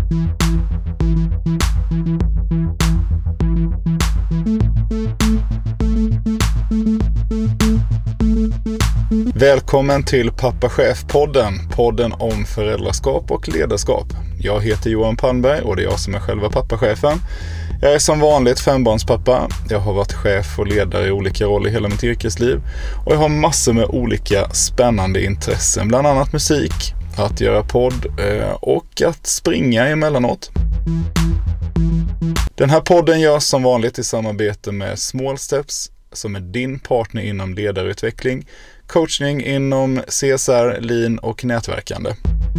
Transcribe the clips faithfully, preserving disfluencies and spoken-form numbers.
Välkommen till Pappa Chef-podden, podden om föräldraskap och ledarskap. Jag heter Johan Palmberg och det är jag som är själva pappachefen. Jag är som vanligt fembarnspappa. Jag har varit chef och ledare i olika roller i hela mitt yrkesliv. Och jag har massor med olika spännande intressen, bland annat musik, att göra podd och att springa emellanåt. Den här podden görs som vanligt i samarbete med Small Steps, som är din partner inom ledarutveckling, coachning inom C S R, lean och nätverkande.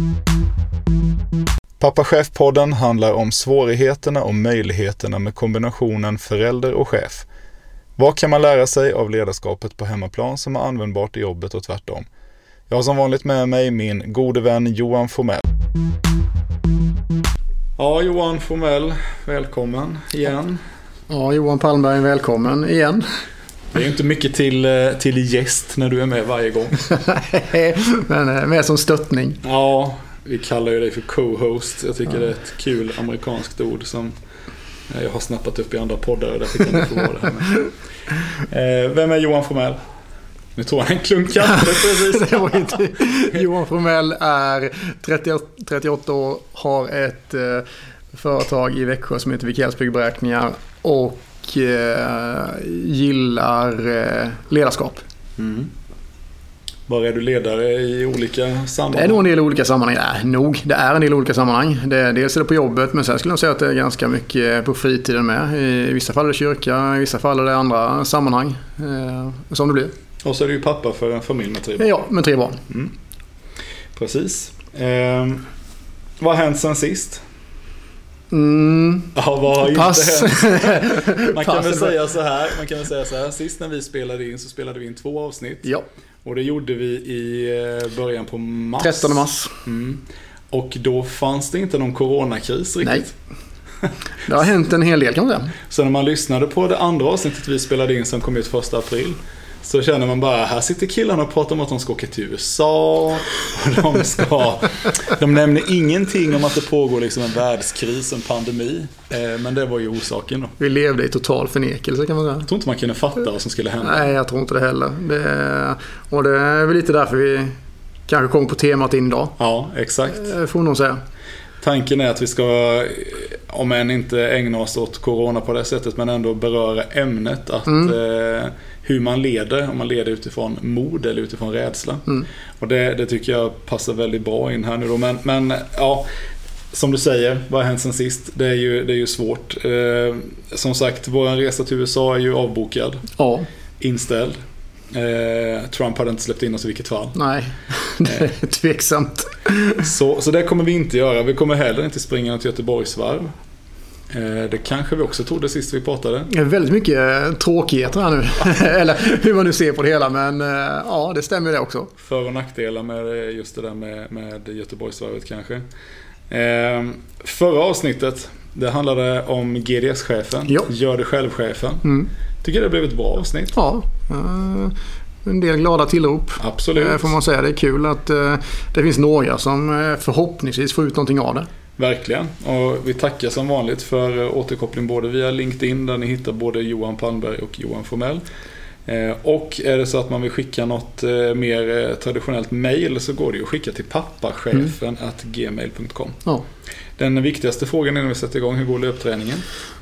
Pappa Chef-podden handlar om svårigheterna och möjligheterna med kombinationen förälder och chef. Vad kan man lära sig av ledarskapet på hemmaplan som är användbart i jobbet och tvärtom? Jag har som vanligt med mig min gode vän Johan Formell. Ja, Johan Formell, välkommen igen. Ja, Johan Palmberg, välkommen igen. Det är inte mycket till, till gäst när du är med varje gång. Men med som stöttning. Ja, vi kallar ju dig för co-host. Jag tycker ja. Det är ett kul amerikanskt ord som jag har snappat upp i andra poddar. Därför kan du få vara det här med. Eh, vem är Johan Formell? Nu tog han en klunk kaffe precis. Det var inte. Johan Formell är trettioåtta år, har ett eh, företag i Växjö som heter Wikells Byggberäkningar och eh, gillar eh, ledarskap. Mm. Var är du ledare i olika sammanhang? Det är nog en del olika sammanhang. Nej, nog. Det är en del olika sammanhang. Det är, dels är det på jobbet, men sen skulle jag säga att det är ganska mycket på fritiden med. I vissa fall är det kyrka, i vissa fall är det andra sammanhang. Eh, som det blir. Och så är du ju pappa för en familj med tre barn. Ja, med tre barn. Mm. Precis. Eh, vad har hänt sen sist? Mm. Ja, vad har Pass. inte hänt? Man kan Pass. väl säga så här, man kan väl säga så här. Sist när vi spelade in så spelade vi in två avsnitt. Ja. Och det gjorde vi i början på mars. trettonde mars. Mm. Och då fanns det inte någon coronakris riktigt. Nej. Det har hänt en hel del kan man säga. Så när man lyssnade på det andra avsnittet vi spelade in som kom ut första april, så känner man bara, här sitter killarna och pratar om att de ska åka till U S A. Och de ska... De nämner ingenting om att det pågår liksom en världskris, en pandemi. Men det var ju orsaken då. Vi levde i total förnekelse kan man säga. Jag tror inte man kunde fatta vad som skulle hända. Nej, jag tror inte det heller. Det... Och det är väl lite därför vi kanske kommer på temat in idag. Ja, exakt. Får någon säga. Tanken är att vi ska, om än inte ägna oss åt corona på det sättet, men ändå beröra ämnet att mm. eh, hur man leder, om man leder utifrån mod eller utifrån rädsla. Mm. Och det, det tycker jag passar väldigt bra in här nu då. Men, men ja, som du säger, vad har hänt sen sist? Det är ju, det är ju svårt. Eh, som sagt, vår resa till U S A är ju avbokad. Ja. Inställd. Eh, Trump hade inte släppt in oss i vilket fall. Nej, det är tveksamt. Så, så det kommer vi inte göra. Vi kommer heller inte springa till Göteborgsvarv. Eh, det kanske vi också trodde sist vi pratade. Det är väldigt mycket tråkigheter här nu. Eller hur man nu ser på det hela. Men eh, ja, det stämmer det också. För- och nackdelar med just det där med, med Göteborgsvarvet kanske. Eh, förra avsnittet, det handlade om G D S-chefen. Jo. Gör det själv-chefen. Mm. Tycker det blev ett bra avsnitt. Ja, uh, en del glada tillrop. Absolut. Uh, får man säga. Det är kul att uh, det finns några som uh, förhoppningsvis får ut någonting av det. Verkligen. Och vi tackar som vanligt för uh, återkoppling både via LinkedIn där ni hittar både Johan Palmberg och Johan Formell. Uh, och är det så att man vill skicka något uh, mer uh, traditionellt mejl så går det ju att skicka till pappachefen mm. at gmail punkt com. Ja. Den viktigaste frågan är när vi sätter igång, hur går löpträningen?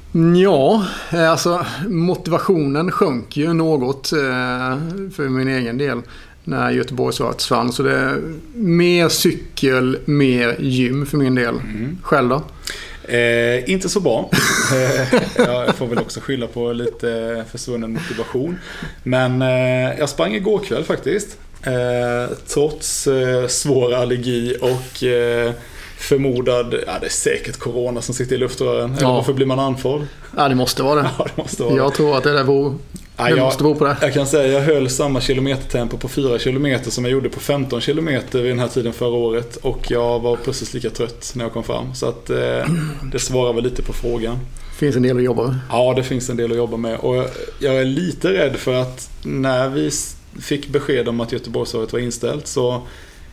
Ja, alltså motivationen sjönk ju något för min egen del när Göteborgsvarvet försvann. Så det är mer cykel, mer gym för min del. Mm. Själv då? Eh, inte så bra. Jag får väl också skylla på lite försvunnen motivation. Men eh, jag sprang igår kväll faktiskt. Eh, trots eh, svår allergi och... Eh, förmodad, ja det är säkert corona som sitter i luftrören. Eller ja. Varför blir man andfådd? Ja, det måste vara det. Ja, det måste vara jag det. tror att det där beror, ja, det jag, måste bero på det. Jag kan säga jag höll samma kilometertempo på fyra kilometer som jag gjorde på femton kilometer vid den här tiden förra året. Och jag var precis lika trött när jag kom fram. Så att eh, det svarar väl lite på frågan. Finns en del att jobba med. Ja, det finns en del att jobba med. Och jag är lite rädd för att när vi fick besked om att Göteborgsvarvet var inställt så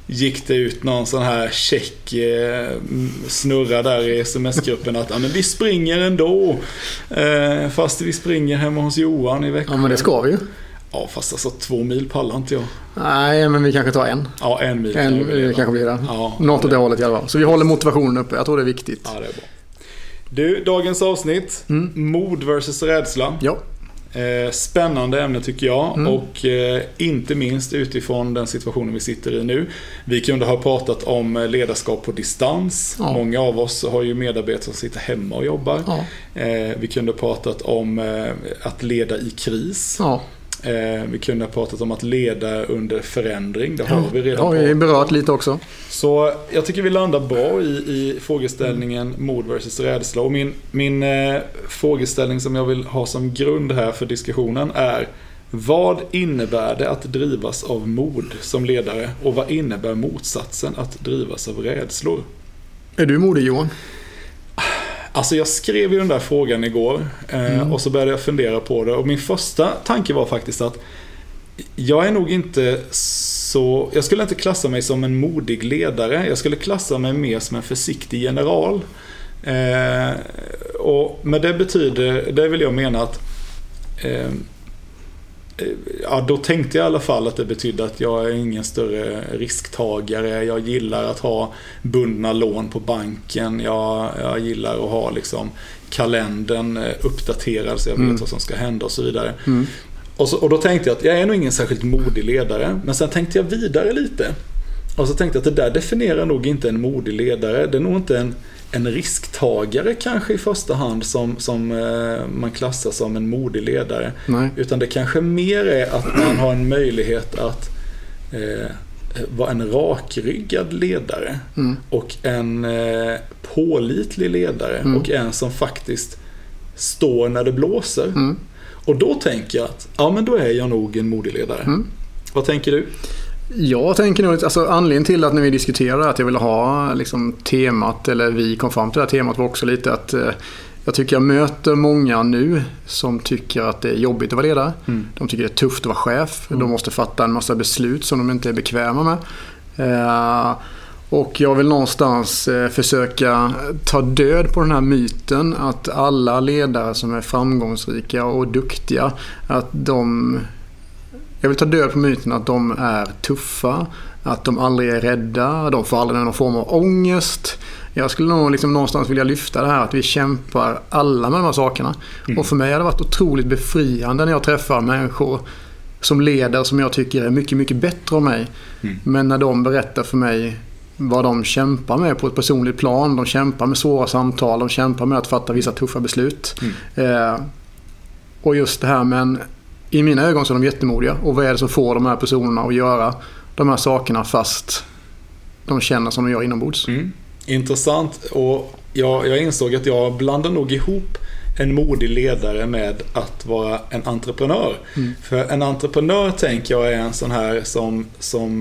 gick det ut någon sån här check eh, snurra där i sms-gruppen att ja, men vi springer ändå eh, fast vi springer hemma hos Johan i veckan. Ja, men det ska vi ju. Ja, fast alltså två mil pallar inte jag. Nej, men vi kanske tar en. Ja, en mil. En, det kanske blir det. Ja, Något åt det hållet i alla fall. Så vi håller motivationen uppe. Jag tror det är viktigt. Ja, det är bra. Du, dagens avsnitt. Mm. Mod versus rädsla. Ja. Eh, spännande ämne tycker jag. Mm. Och eh, inte minst utifrån den situationen vi sitter i nu. Vi kunde ha pratat om ledarskap på distans. Ja. Många av oss har ju medarbetare som sitter hemma och jobbar. Ja. Eh, vi kunde ha pratat om eh, att leda i kris. Ja. Eh, vi kunde ha pratat om att leda under förändring. Det har ja, vi redan ja, vi har berört lite också. Så jag tycker vi landar bra i, i frågeställningen mm. mod versus rädsla. Och min, min eh, frågeställning som jag vill ha som grund här för diskussionen är: vad innebär det att drivas av mod som ledare? Och vad innebär motsatsen att drivas av rädslor? Är du modig, Johan? Alltså jag skrev ju den där frågan igår eh, mm. och så började jag fundera på det. Och min första tanke var faktiskt att jag är nog inte så... Jag skulle inte klassa mig som en modig ledare. Jag skulle klassa mig mer som en försiktig general. Eh, och med det betyder... Det vill jag mena att... Eh, Ja, då tänkte jag i alla fall att det betyder att jag är ingen större risktagare. Jag gillar att ha bundna lån på banken. Jag, jag gillar att ha liksom kalendern uppdaterad så jag vet mm. vad som ska hända och så vidare. Mm. Och, så, och då tänkte jag att jag är nog ingen särskilt modig ledare. Men sen tänkte jag vidare lite. Och så tänkte jag att det där definierar nog inte en modig ledare. Det är nog inte en En risktagare kanske i första hand som, som eh, man klassar som en modig ledare. Nej. Utan det kanske mer är att man har en möjlighet att eh, vara en rakryggad ledare mm. och en eh, pålitlig ledare mm. och en som faktiskt står när det blåser. Mm. Och då tänker jag att ja, men då är jag nog en modig ledare. Mm. Vad tänker du? Jag tänker nog, alltså anledningen till att när vi diskuterar att jag vill ha liksom temat, eller vi kom fram till det här temat, var också lite att eh, jag tycker jag möter många nu som tycker att det är jobbigt att vara ledare. Mm. De tycker det är tufft att vara chef. Mm. De måste fatta en massa beslut som de inte är bekväma med. Eh, och jag vill någonstans eh, försöka ta död på den här myten att alla ledare som är framgångsrika och duktiga, att de... Jag vill ta död på myten att de är tuffa, att de aldrig är rädda, de får aldrig någon form av ångest. Jag skulle nog liksom någonstans vilja lyfta det här att vi kämpar alla med de här sakerna. Mm. Och för mig har det varit otroligt befriande när jag träffar människor som leder som jag tycker är mycket, mycket bättre än mig. Mm. Men när de berättar för mig vad de kämpar med på ett personligt plan, de kämpar med svåra samtal, de kämpar med att fatta vissa tuffa beslut. Mm. Eh, och just det här, men i mina ögon så är de jättemodiga. Och vad är det som får de här personerna att göra de här sakerna fast de känner som de gör inombords? Mm. Intressant. Och jag, jag insåg att jag blandar nog ihop en modig ledare med att vara en entreprenör. Mm. För en entreprenör tänker jag är en sån här som, som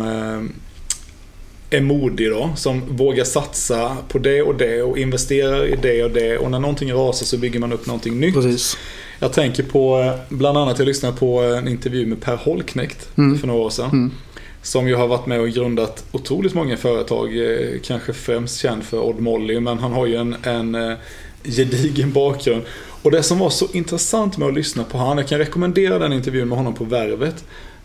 eh, är modig då. Som vågar satsa på det och det och investerar i det och det. Och när någonting rasar så bygger man upp någonting nytt. Precis. Jag tänker på, bland annat jag lyssnade på en intervju med Per Holknekt mm. för några år sedan. Mm. Som ju har varit med och grundat otroligt många företag. Kanske främst känd för Odd Molly, men han har ju en, en gedigen bakgrund. Och det som var så intressant med att lyssna på han, jag kan rekommendera den intervjun med honom på Värvet.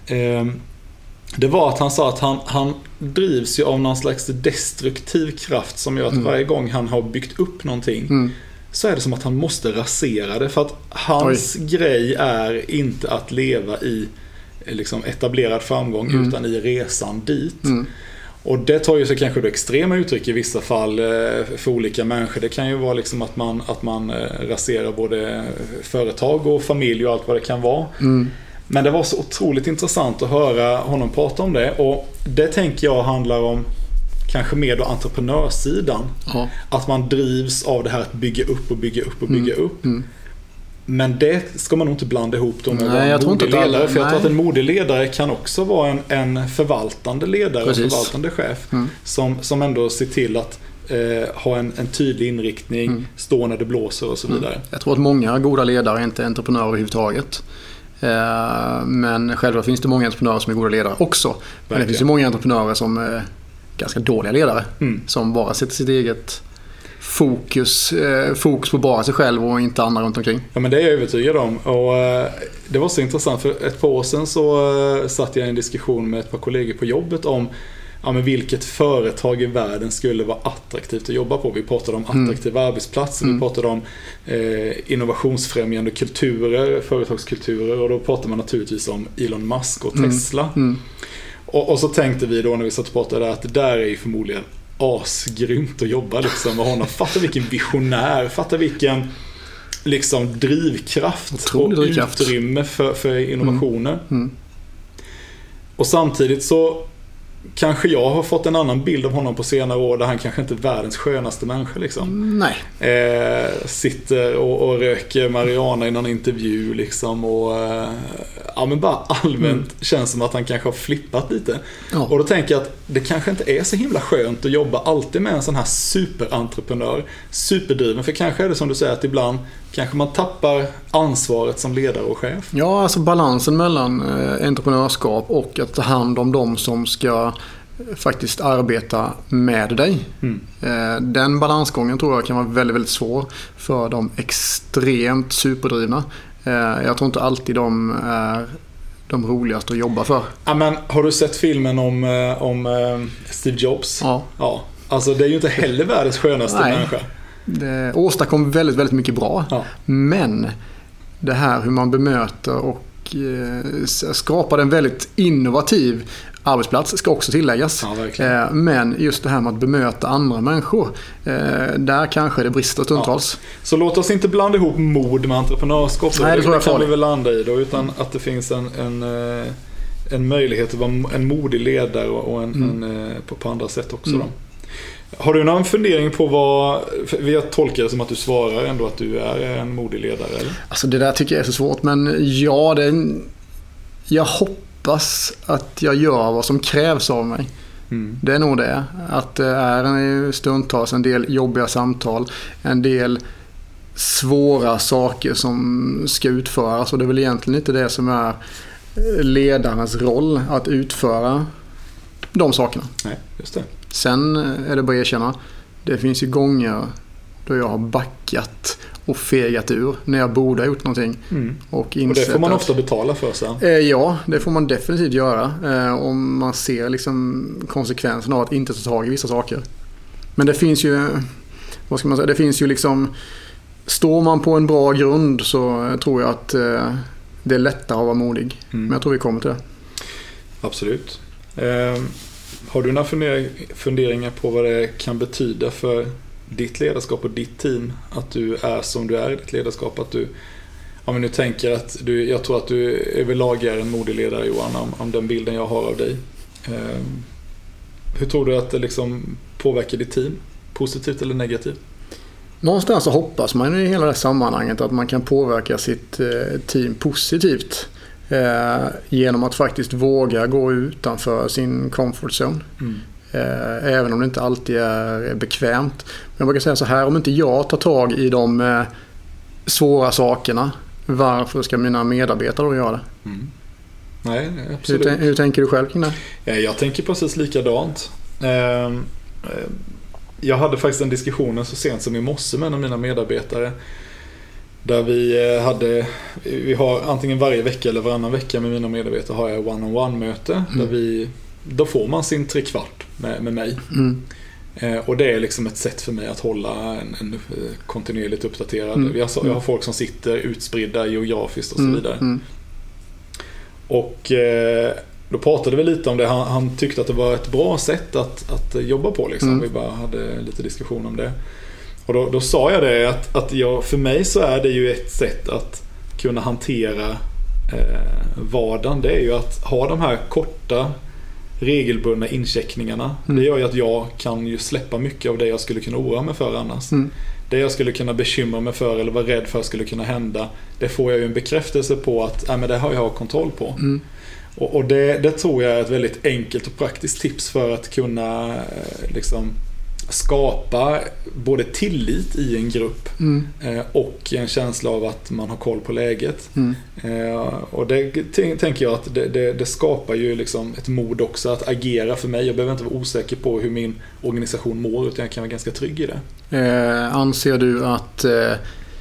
Det var att han sa att han, han drivs ju av någon slags destruktiv kraft som gör att mm. varje gång han har byggt upp någonting mm. så är det som att han måste rasera det. För att hans Oj. grej är inte att leva i liksom etablerad framgång mm. utan i resan dit. Mm. Och det tar ju så kanske då extrema uttryck i vissa fall för olika människor. Det kan ju vara liksom att man, att man raserar både företag och familj och allt vad det kan vara. Mm. Men det var så otroligt intressant att höra honom prata om det. Och det tänker jag handlar om kanske mer då entreprenörssidan. Ja. Att man drivs av det här att bygga upp och bygga upp och bygga mm. upp. Mm. Men det ska man nog inte blanda ihop då med nej, en modig ledare. Alla, för jag tror att en modig ledare kan också vara en, en förvaltande ledare, en förvaltande chef. Mm. Som, som ändå ser till att eh, ha en, en tydlig inriktning, mm. stå när det blåser och så vidare. Mm. Jag tror att många goda ledare inte är entreprenörer överhuvudtaget. Men självklart finns det många entreprenörer som är goda ledare också. Men det finns ju många entreprenörer som ganska dåliga ledare Mm. som bara sätter sitt eget fokus, eh, fokus på bara sig själv och inte andra runt omkring. Ja, men det är jag övertygad om. Och eh, det var så intressant, för ett par år sedan så eh, satt jag i en diskussion med ett par kollegor på jobbet om ja, men vilket företag i världen skulle vara attraktivt att jobba på. Vi pratade om attraktiva mm. arbetsplatser, mm. vi pratade om eh, innovationsfrämjande kulturer, företagskulturer, och då pratade man naturligtvis om Elon Musk och Tesla. Mm. Mm. Och, och så tänkte vi då när vi satt och pratade att det där är ju förmodligen asgrymt att jobba liksom med honom. Fatta vilken visionär, fatta vilken liksom drivkraft Otrolig och drivkraft. utrymme för, för innovationer. Mm. Mm. Och samtidigt så kanske jag har fått en annan bild av honom på senare år, där han kanske inte är världens skönaste människa liksom. Nej. Eh, sitter och, och röker marijuana i någon intervju liksom, och eh, ja, men bara allmänt mm. känns som att han kanske har flippat lite. Ja. Och då tänker jag att det kanske inte är så himla skönt att jobba alltid med en sån här superentreprenör, superdriven, för kanske är det som du säger att ibland kanske man tappar ansvaret som ledare och chef. Ja, alltså balansen mellan eh, entreprenörskap och att ta hand om de som ska eh, faktiskt arbeta med dig. Mm. Eh, den balansgången tror jag kan vara väldigt, väldigt svår för de extremt superdrivna. Eh, jag tror inte alltid de är de roligaste att jobba för. Ja, men har du sett filmen om, eh, om eh, Steve Jobs? Ja. Ja. Alltså det är ju inte heller världens skönaste Nej. människa. Det åstadkom väldigt, väldigt mycket bra. Ja. Men det här hur man bemöter och eh, skapar en väldigt innovativ arbetsplats ska också tilläggas. Ja, eh, men just det här med att bemöta andra människor, eh, där kanske det brister stundtals. Ja. Så låt oss inte blanda ihop mod med entreprenörskap. Nej, det tror jag kan farligt. vi väl landa i då, utan att det finns en, en, en möjlighet att vara en modig ledare och en, mm. en på, på andra sätt också. Mm. Då. Har du någon fundering på vad, vi tolkar det som att du svarar ändå att du är en modig ledare, eller? Alltså det där tycker jag är så svårt, men ja, det, jag hoppas att jag gör vad som krävs av mig. Mm. Det är nog det. Att det är en stundtals en del jobbiga samtal, en del svåra saker som ska utföras, och det är väl egentligen inte det som är ledarens roll, att utföra de sakerna. Nej, just det. Sen är det bara att erkänna, det finns ju gånger då jag har backat och fegat ur när jag borde ha gjort någonting. Mm. Och, och det får man ofta betala för sen. Eh, ja, det får man definitivt göra. Eh, om man ser liksom konsekvenserna av att inte ta tag i vissa saker. Men det finns ju, vad ska man säga, det finns ju liksom, står man på en bra grund så tror jag att eh, det är lättare att vara modig. Mm. Men jag tror vi kommer till det. Absolut. Eh, har du några funderingar på vad det kan betyda för ditt ledarskap och ditt team att du är som du är i ditt ledarskap? Att du, ja, men nu tänker att du, jag tror att du överlag är en modig ledare, Johan, om, om den bilden jag har av dig. Eh, hur tror du att det liksom påverkar ditt team? Positivt eller negativt? Någonstans så hoppas man i hela det sammanhanget att man kan påverka sitt team positivt eh, genom att faktiskt våga gå utanför sin comfort zone. Mm. Eh, även om det inte alltid är bekvämt. Men jag brukar säga så här, om inte jag tar tag i de eh, svåra sakerna, varför ska mina medarbetare då göra det? Mm. Nej, absolut. Hur, hur tänker du själv kring det? Jag tänker precis likadant. Eh, Jag hade faktiskt en diskussion så sent som i morse med en av mina medarbetare, där vi hade, vi har antingen varje vecka eller varannan vecka med mina medarbetare har jag one-on-one-möte, mm. där vi, då får man sin tre kvart med, med mig. Mm. Eh, och det är liksom ett sätt för mig att hålla en, en kontinuerligt uppdaterad. Mm. Jag, jag har folk som sitter utspridda geografiskt och så vidare. Mm. Och eh, då pratade vi lite om det. Han, han tyckte att det var ett bra sätt att, att jobba på. Liksom. Mm. Vi bara hade lite diskussion om det. Och då, då sa jag det att, att jag, för mig så är det ju ett sätt att kunna hantera eh, vardagen. Det är ju att ha de här korta regelbundna incheckningarna. Mm. Det gör ju att jag kan ju släppa mycket av det jag skulle kunna oroa mig för annars. Mm. Det jag skulle kunna bekymra mig för eller vara rädd för skulle kunna hända. Det får jag ju en bekräftelse på att äh, men det har jag kontroll på. Mm. Och, och det, det tror jag är ett väldigt enkelt och praktiskt tips för att kunna liksom skapa både tillit i en grupp mm. eh, och en känsla av att man har koll på läget. Mm. Eh, och det t- tänker jag att det, det, det skapar ju liksom ett mod också att agera för mig. Jag behöver inte vara osäker på hur min organisation mår, utan jag kan vara ganska trygg i det. Eh, anser du att eh,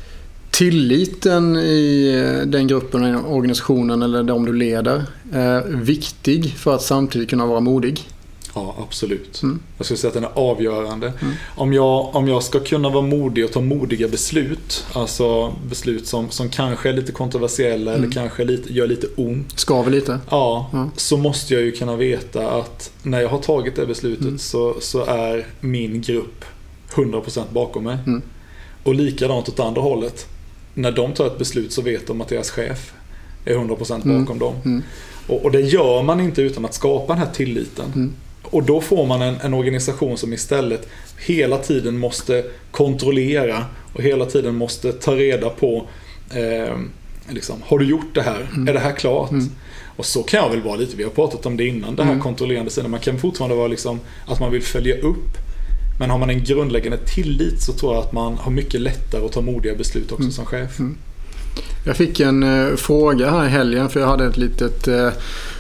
tilliten i den gruppen, den organisationen eller de du leder är viktig för att samtidigt kunna vara modig? Ja, absolut. Mm. Jag skulle säga att den är avgörande. Mm. Om, jag, om jag ska kunna vara modig och ta modiga beslut, alltså beslut som, som kanske är lite kontroversiella mm. eller kanske lite, gör lite ont. Skaver lite. Ja, mm. så måste jag ju kunna veta att när jag har tagit det beslutet mm. så, så är min grupp hundra procent bakom mig. Mm. Och likadant åt andra hållet. När de tar ett beslut så vet de att deras chef är hundra procent bakom mm. dem. Mm. Och, och det gör man inte utan att skapa den här tilliten. Mm. Och då får man en, en organisation som istället hela tiden måste kontrollera och hela tiden måste ta reda på eh, liksom, har du gjort det här? Mm. Är det här klart? Mm. Och så kan jag väl vara lite, vi har pratat om det innan, det här mm. kontrollerande sidan. Man kan fortfarande vara liksom, att man vill följa upp. Men har man en grundläggande tillit så tror jag att man har mycket lättare att ta modiga beslut också mm. som chef. Mm. Jag fick en uh, fråga här i helgen, för jag hade ett litet uh,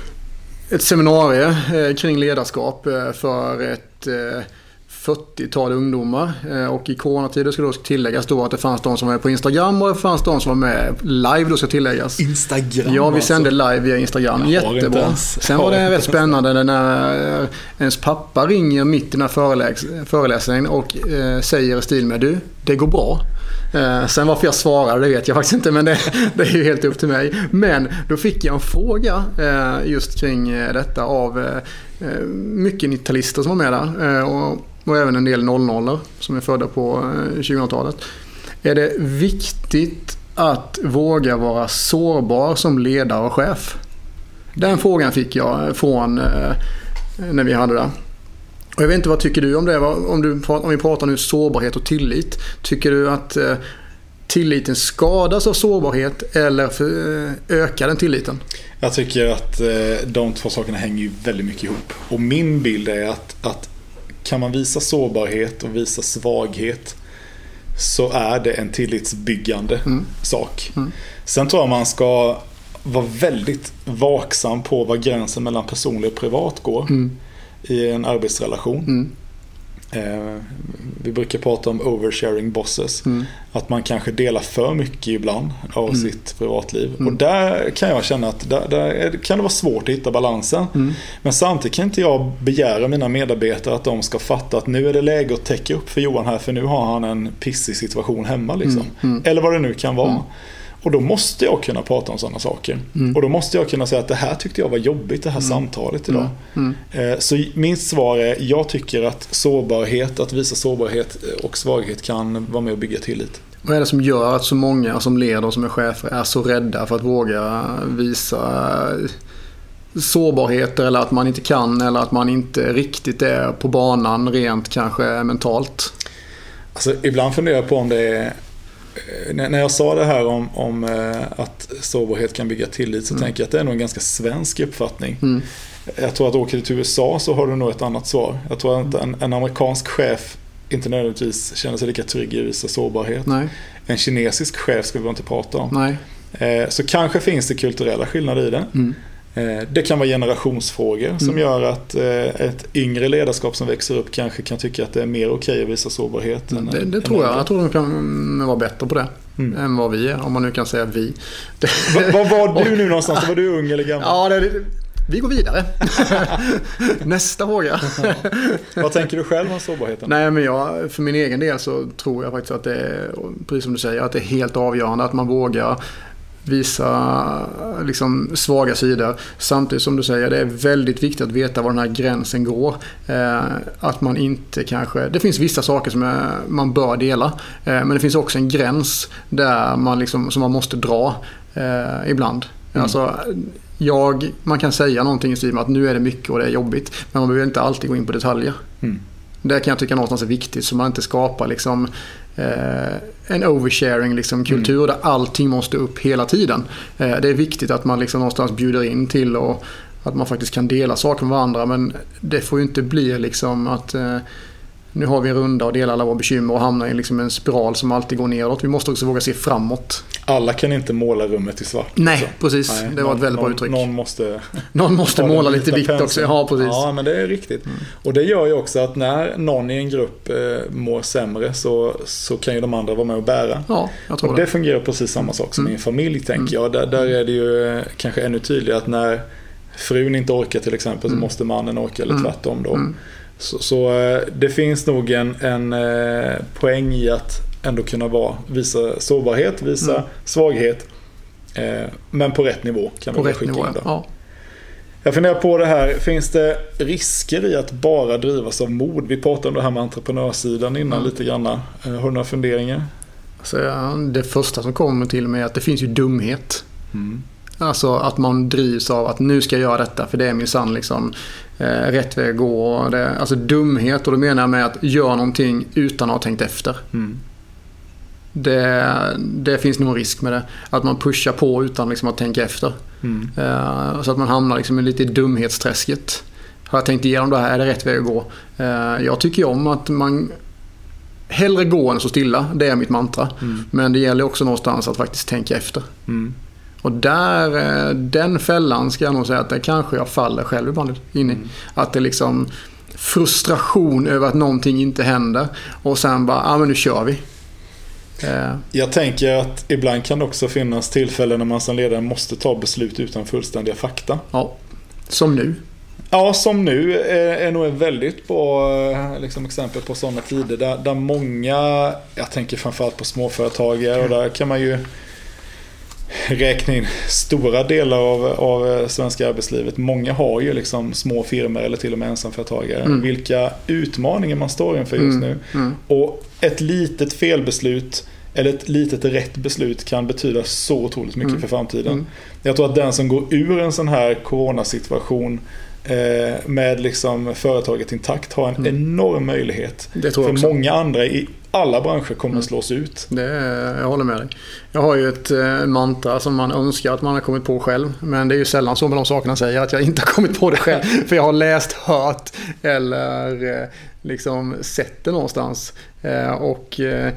ett seminarium uh, kring ledarskap uh, för ett uh, fyrtiotal ungdomar, uh, och i coronatider ska då tilläggas då att det fanns de som var på Instagram och det fanns de som var med live, då ska tilläggas. Instagram? Ja, vi sände live via Instagram. Jag Jättebra. Sen var det rätt spännande när ens pappa ringer mitt i den här föreläs- föreläsningen och uh, säger i stil med: du, det går bra. Eh, sen varför jag svarar, det vet jag faktiskt inte, men det, det är ju helt upp till mig. Men då fick jag en fråga eh, just kring eh, detta av eh, mycket nitalister som var med där eh, och, och även en del noll-nollor som är födda på eh, tjugohundratalet. Är det viktigt att våga vara sårbar som ledare och chef? Den frågan fick jag från eh, när vi hade det. Och jag vet inte, vad tycker du om det? Om, du, om vi pratar nu sårbarhet och tillit. Tycker du att eh, tilliten skadas av sårbarhet eller för, eh, ökar den tilliten? Jag tycker att eh, de två sakerna hänger ju väldigt mycket ihop. Och min bild är att, att kan man visa sårbarhet och visa svaghet så är det en tillitsbyggande mm. sak. Mm. Sen tror jag man ska vara väldigt vaksam på vad gränsen mellan personlig och privat går. Mm. I en arbetsrelation. Mm. Eh, vi brukar prata om oversharing bosses. Mm. Att man kanske delar för mycket ibland av mm. sitt privatliv. Mm. Och där kan jag känna att där, där kan det vara svårt att hitta balansen. Mm. Men samtidigt kan inte jag begära mina medarbetare att de ska fatta att nu är det läge att täcka upp för Johan här, för nu har han en pissig situation hemma. Liksom. Mm. Mm. Eller vad det nu kan vara. Mm. Och då måste jag kunna prata om sådana saker. Mm. Och då måste jag kunna säga att det här tyckte jag var jobbigt, det här mm. samtalet idag. Mm. Mm. Så min svar är, jag tycker att sårbarhet, att visa sårbarhet och svaghet kan vara med och bygga tillit. Vad är det som gör att så många som leder och som är chefer är så rädda för att våga visa sårbarheter, eller att man inte kan, eller att man inte riktigt är på banan rent kanske mentalt? Alltså ibland funderar jag på om det är när jag sa det här om, om att sårbarhet kan bygga tillit, så mm. tänker jag att det är nog en ganska svensk uppfattning. Mm. Jag tror att åker du till U S A så har du nog ett annat svar. Jag tror att en, en amerikansk chef inte nödvändigtvis känner sig lika trygg i att visa sårbarhet. Nej. En kinesisk chef ska vi inte prata om. Nej. Så kanske finns det kulturella skillnader i det. Mm. Det kan vara generationsfrågor mm. som gör att ett yngre ledarskap som växer upp kanske kan tycka att det är mer okej att visa sårbarhet. Mm. Det, det tror jag. Jag tror de kan vara bättre på det mm. än vad vi är, om man nu kan säga vi. Vad var, var du nu någonstans? Var du ung eller gammal? Ja, det, vi går vidare. Nästa fråga. Vad tänker du själv om sårbarheten? Nej, men jag, för min egen del så tror jag faktiskt att det är, precis som du säger, att det är helt avgörande att man vågar visa liksom svaga sidor. Samtidigt som du säger, det är väldigt viktigt att veta var den här gränsen går. Eh, att man inte kanske... Det finns vissa saker som är, man bör dela. Eh, men det finns också en gräns där man liksom, som man måste dra eh, ibland. Mm. Alltså, jag, man kan säga någonting i stil med att nu är det mycket och det är jobbigt. Men man behöver inte alltid gå in på detaljer. Mm. Det kan jag tycka någonstans är viktigt, så man inte skapar liksom eh, en oversharing liksom, kultur mm. där allting måste upp hela tiden. Eh, det är viktigt att man liksom någonstans bjuder in till och att man faktiskt kan dela saker med varandra, men det får ju inte bli liksom att eh, nu har vi en runda och delar alla våra bekymmer och hamnar i liksom en spiral som alltid går neråt. Vi måste också våga se framåt. Alla kan inte måla rummet i svart. Nej, så. precis. Nej, det var någon, ett väldigt bra uttryck. Någon måste, någon måste måla lite vitt också. Ja, precis. Ja, men det är riktigt. Mm. Och det gör ju också att när någon i en grupp eh, mår sämre så, så kan ju de andra vara med och bära. Ja, jag tror och det. det fungerar precis samma sak som mm. i en familj, tänker mm. jag. Där, där är det ju kanske ännu tydligare att när frun inte orkar till exempel så mm. måste mannen orka, eller tvärtom då. Mm. Så, så det finns nog en, en eh, poäng i att ändå kunna vara, visa sårbarhet, visa mm. svaghet, eh, men på rätt nivå kan på vi rätt skicka nivå, in då. Ja. Jag funderar på det här, finns det risker i att bara drivas av mod? Vi pratade om det här med entreprenörssidan innan mm. lite grann. Har du några funderingar? Alltså, det första som kommer till mig är att det finns ju dumhet. Mm. Alltså att man drivs av att nu ska jag göra detta för det är minsann liksom eh, rätt väg att gå. Det, alltså dumhet, och då menar jag med att göra någonting utan att ha tänkt efter. Mm. Det, det finns nog en risk med det. Att man pushar på utan liksom att tänka efter. Mm. Eh, så att man hamnar liksom lite i dumhetsträsket. Har jag tänkt igenom det här? Är det rätt väg att gå? Eh, jag tycker om att man hellre gå än så stilla. Det är mitt mantra. Mm. Men det gäller också någonstans att faktiskt tänka efter. Mm. Och där, den fällan ska jag nog säga att det kanske jag faller själv ibland in i. Mm. Att det liksom frustration över att någonting inte händer. Och sen bara, ja ah, men nu kör vi. Eh. Jag tänker att ibland kan det också finnas tillfällen när man som ledare måste ta beslut utan fullständiga fakta. Ja, som nu. Ja, som nu är, är nog ett väldigt bra liksom, exempel på sådana tider. Där, där många, jag tänker framförallt på småföretagare, och där kan man ju räkna in stora delar av, av svenska arbetslivet. Många har ju liksom små firmor eller till och med ensamföretagare. Mm. Vilka utmaningar man står inför just mm. nu. Mm. Och ett litet felbeslut eller ett litet rätt beslut kan betyda så otroligt mycket mm. för framtiden. Mm. Jag tror att den som går ur en sån här coronasituation eh, med liksom företaget intakt har en mm. enorm möjlighet. Det tror jag för också. Många andra i alla branscher kommer mm. att slås ut. Det, jag håller med dig. Jag har ju ett eh, mantra som man önskar att man har kommit på själv. Men det är ju sällan så med de sakerna säger att jag inte har kommit på det själv. För jag har läst, hört eller eh, liksom sett det någonstans. Eh, och eh,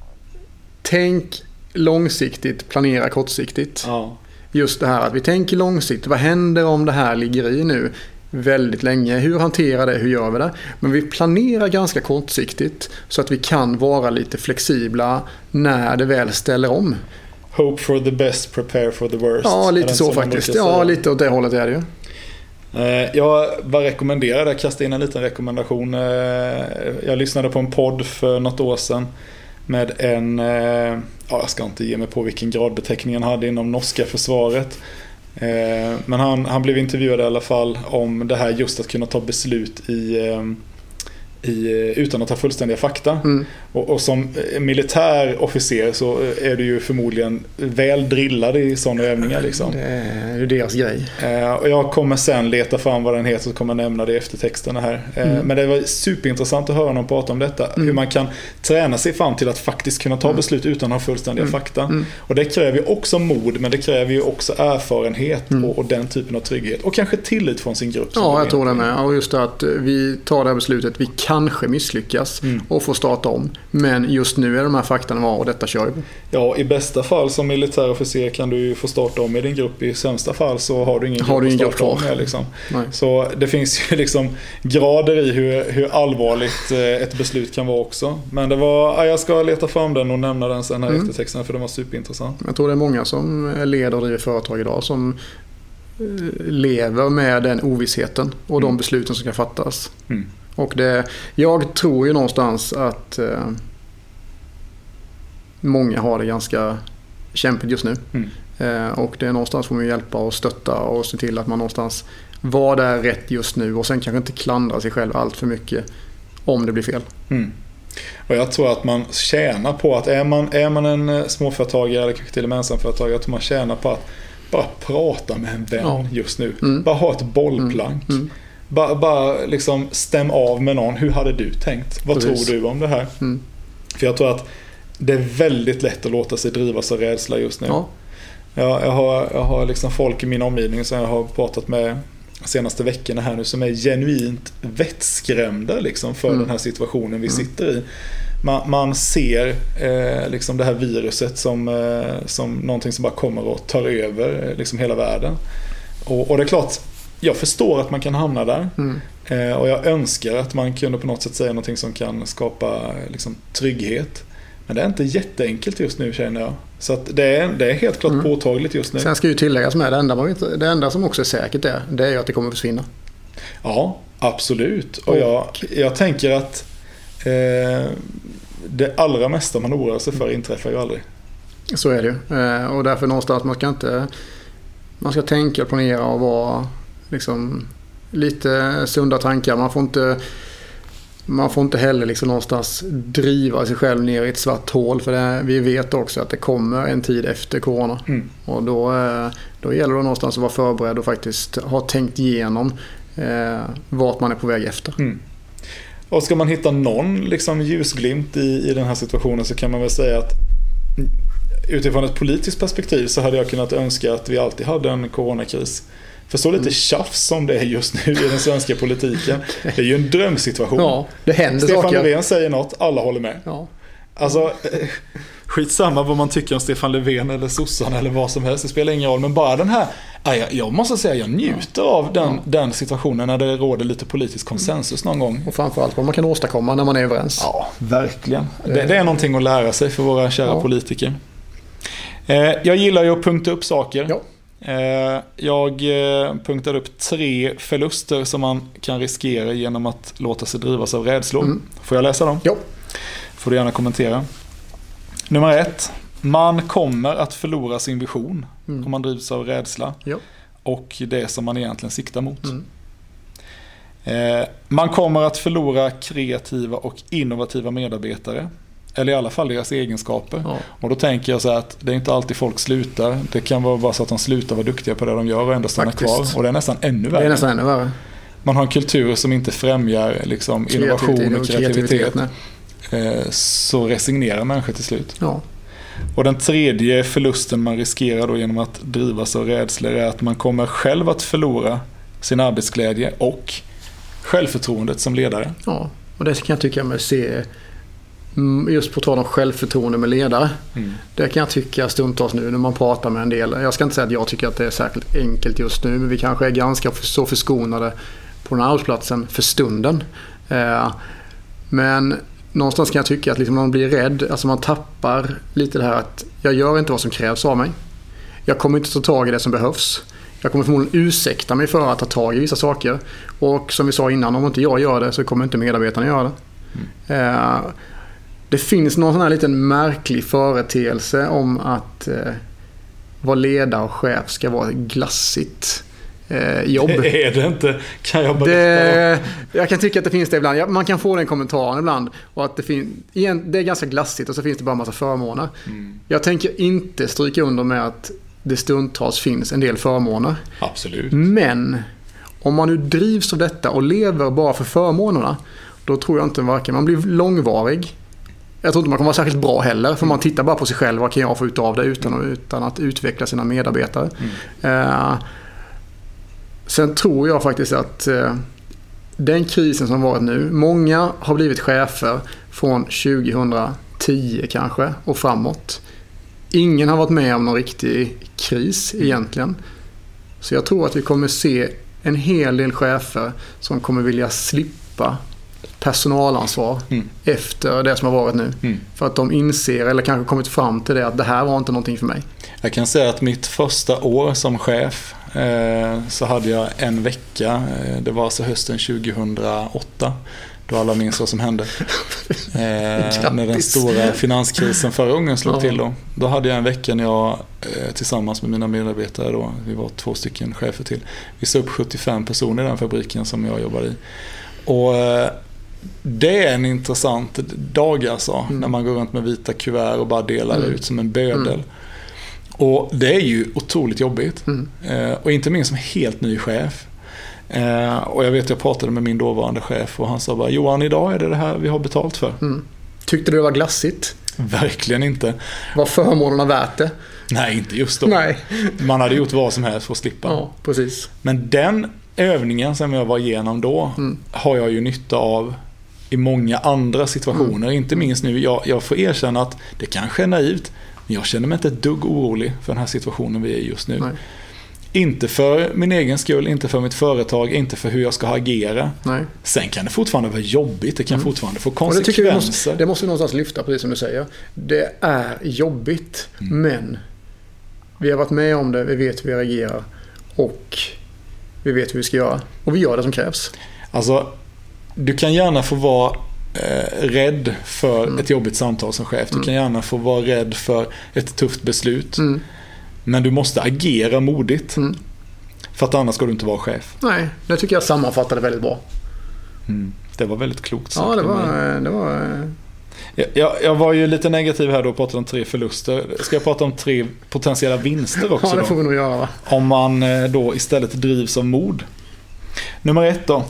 tänk långsiktigt, planera kortsiktigt. Ja. Just det här att vi tänker långsiktigt. Vad händer om det här ligger i nu väldigt länge? Hur hanterar det? Hur gör vi det? Men vi planerar ganska kortsiktigt så att vi kan vara lite flexibla när det väl ställer om. Hope for the best, prepare for the worst. Ja, lite så faktiskt. Ja, lite åt det hållet är det ju. Jag bara rekommenderar det, kasta in en liten rekommendation. Jag lyssnade på en podd för något år sedan med en, ja, jag ska inte ge mig på vilken gradbeteckning han hade inom norska försvaret. Men han, han blev intervjuad i alla fall om det här just att kunna ta beslut i, i, utan att ha fullständiga fakta. Mm. Och, och som militär officer så är du ju förmodligen väl drillad i sådana övningar. Liksom. Det är ju deras grej. Och jag kommer sen leta fram vad den heter, så kommer jag nämna det i eftertexterna här. Mm. Men det var superintressant att höra någon prata om detta. Mm. Hur man kan träna sig fram till att faktiskt kunna ta mm. beslut utan att ha fullständiga mm. fakta. Mm. Och det kräver ju också mod, men det kräver ju också erfarenhet mm. och, och den typen av trygghet. Och kanske tillit från sin grupp. Ja, jag tror det med. Och just att vi tar det här beslutet, vi kanske misslyckas mm. och får starta om. Men just nu är de här faktorna var och detta kör vi på. Ja, i bästa fall som militärofficer kan du få starta om i din grupp. I sämsta fall så har du ingen har grupp du att starta om med. Liksom. Så det finns ju liksom grader i hur, hur allvarligt ett beslut kan vara också. Men det var, jag ska leta fram den och nämna den sen här mm. eftertexten, för den var superintressant. Jag tror det är många som leder och driver företag idag som lever med den ovissheten och mm. de besluten som ska fattas. Mm. Och det, jag tror ju någonstans att eh, många har det ganska kämpigt just nu. Mm. Eh, och det är någonstans får man hjälpa och stötta och se till att man någonstans var där rätt just nu. Och sen kanske inte klandra sig själv allt för mycket om det blir fel. Mm. Och jag tror att man tjänar på att är man, är man en småföretagare eller kanske till och med ensamföretagare, jag tror man tjänar på att bara prata med en vän ja. just nu. Mm. Bara ha ett bollplank. Mm. Mm. Bara, bara liksom stäm av med någon. Hur hade du tänkt? Vad Precis. tror du om det här? Mm. För jag tror att det är väldigt lätt att låta sig drivas av rädsla just nu. Ja. Jag, jag har, jag har liksom folk i min omgivning som jag har pratat med senaste veckorna här nu som är genuint vettskrämda liksom, för mm. den här situationen vi mm. sitter i. Man, man ser eh, liksom det här viruset som, eh, som någonting som bara kommer och tar över liksom hela världen. Och, och det är klart, jag förstår att man kan hamna där. Mm. Eh, och jag önskar att man kunde på något sätt säga någonting som kan skapa liksom, trygghet. Men det är inte jätteenkelt just nu, känner jag. Så att det, är, det är helt klart mm. påtagligt just nu. Sen ska ju tilläggas med det enda, man vet, det enda som också är säkert är, det är ju att det kommer försvinna. Ja, absolut. Och, och jag, jag tänker att eh, det allra mesta man oroar sig för inträffar ju aldrig. Så är det ju. Eh, och därför någonstans man ska inte man ska tänka, planera och vara liksom lite sunda tankar. Man får inte Man får inte heller liksom någonstans driva sig själv ner i ett svart hål, för det, vi vet också att det kommer en tid efter corona. Mm. Och då, då gäller det någonstans att vara förberedd och faktiskt ha tänkt igenom eh, vart man är på väg efter. Mm. Och ska man hitta någon liksom ljusglimt i, i den här situationen, så kan man väl säga att utifrån ett politiskt perspektiv så hade jag kunnat önska att vi alltid hade en coronakris. För så lite tjafs som det är just nu i den svenska politiken. Det är ju en drömsituation. Ja, det händer Stefan saker. Löfven säger något, alla håller med. Ja. Alltså, skitsamma vad man tycker om Stefan Löfven eller sossarna eller vad som helst. Det spelar ingen roll. Men bara den här, jag måste säga jag njuter av den, ja. den situationen när det råder lite politisk konsensus någon gång. Och framförallt vad man kan åstadkomma när man är överens. Ja, verkligen. Det, det är någonting att lära sig för våra kära ja. politiker. Jag gillar ju att punkta upp saker. Ja. Jag punktade upp tre förluster som man kan riskera genom att låta sig drivas av rädslor. Mm. Får jag läsa dem? Ja. Får du gärna kommentera. Nummer ett. Man kommer att förlora sin vision mm. om man drivs av rädsla. Ja. Och det som man egentligen siktar mot. Mm. Man kommer att förlora kreativa och innovativa medarbetare. Eller i alla fall deras egenskaper. Ja. Och då tänker jag så här att det är inte alltid folk slutar. Det kan vara bara så att de slutar vara duktiga på det de gör och ändå stannar kvar. Och det är nästan ännu värre. Det är nästan ännu värre. Man har en kultur som inte främjar liksom, innovation och kreativitet. kreativitet så resignerar människor till slut. Ja. Och den tredje förlusten man riskerar då genom att drivas av rädslor är att man kommer själv att förlora sin arbetsglädje och självförtroendet som ledare. Ja, och det kan jag tycka med se just på tal om självförtroende med ledare. Mm. Det kan jag tycka stundtals nu när man pratar med en del. Jag ska inte säga att jag tycker att det är särskilt enkelt just nu, men vi kanske är ganska så förskonade på den här arbetsplatsen för stunden. Eh, men någonstans kan jag tycka att liksom man blir rädd, alltså man tappar lite det här att jag gör inte vad som krävs av mig. Jag kommer inte ta tag i det som behövs. Jag kommer förmodligen ursäkta mig för att ta tag i vissa saker. Och som vi sa innan, om inte jag gör det så kommer inte medarbetarna göra det. Mm. Eh, Det finns någon sån här liten märklig företeelse om att eh, vara ledare och chef ska vara glassigt eh, jobb. Det är det inte, kan jag bara det, Jag kan tycka att det finns det ibland. Man kan få den kommentaren ibland. Och att det, fin- igen, det är ganska glassigt och så finns det bara en massa förmåner. Mm. Jag tänker inte stryka under med att det stundtals finns en del förmåner. Absolut. Men om man nu drivs av detta och lever bara för förmånerna, då tror jag inte varken man blir långvarig. Jag tror inte man kommer vara särskilt bra heller, för man tittar bara på sig själv, vad kan jag få ut av det utan, utan att utveckla sina medarbetare. Mm. Eh, sen tror jag faktiskt att eh, den krisen som varit nu, många har blivit chefer från tjugohundratio kanske och framåt. Ingen har varit med om någon riktig kris egentligen. Så jag tror att vi kommer se en hel del chefer som kommer vilja slippa personalansvar mm. efter det som har varit nu. Mm. För att de inser eller kanske kommit fram till det att det här var inte någonting för mig. Jag kan säga att mitt första år som chef eh, så hade jag en vecka. Eh, det var alltså hösten tjugohundraåtta. Då alla minns vad som hände. Eh, när den stora finanskrisen förra gången slog ja. till då. Då hade jag en vecka när jag eh, tillsammans med mina medarbetare då, vi var två stycken chefer till. Vi såg upp sjuttiofem personer i den fabriken som jag jobbade i. Och eh, det är en intressant dag alltså, mm. när man går runt med vita kuvert och bara delar mm. ut som en bödel. Mm. Och det är ju otroligt jobbigt. Mm. Eh, och inte minst som helt ny chef. Eh, och jag vet jag pratade med min dåvarande chef och han sa bara, Johan, idag är det det här vi har betalt för. Mm. Tyckte du det var glassigt? Verkligen inte. Var förmånerna värt det? Nej, inte just då. Nej. Man hade gjort vad som helst för att slippa. Ja, precis. Men den övningen som jag var igenom då mm. har jag ju nytta av i många andra situationer. Mm. Inte minst nu, jag, jag får erkänna att det kanske är naivt, men jag känner mig inte ett dugg orolig för den här situationen vi är i just nu. Nej. Inte för min egen skull, inte för mitt företag, inte för hur jag ska agera. Nej. Sen kan det fortfarande vara jobbigt, det kan mm. fortfarande få konsekvenser. Och det, tycker vi måste, det måste vi någonstans lyfta, precis som du säger. Det är jobbigt, mm. men vi har varit med om det, vi vet hur vi reagerar och vi vet hur vi ska göra. Och vi gör det som krävs. Alltså, du kan gärna få vara eh, rädd för mm. ett jobbigt samtal som chef. Du mm. kan gärna få vara rädd för ett tufft beslut. Mm. Men du måste agera modigt. Mm. För att annars ska du inte vara chef. Nej, det tycker jag sammanfattade väldigt bra. Mm. Det var väldigt klokt sagt. Ja, det var... Det var... Jag, jag var ju lite negativ här då och pratade om tre förluster. Ska jag prata om tre potentiella vinster också? Ja, det får vi nog göra, va? Om man då istället drivs av mod. Nummer ett då.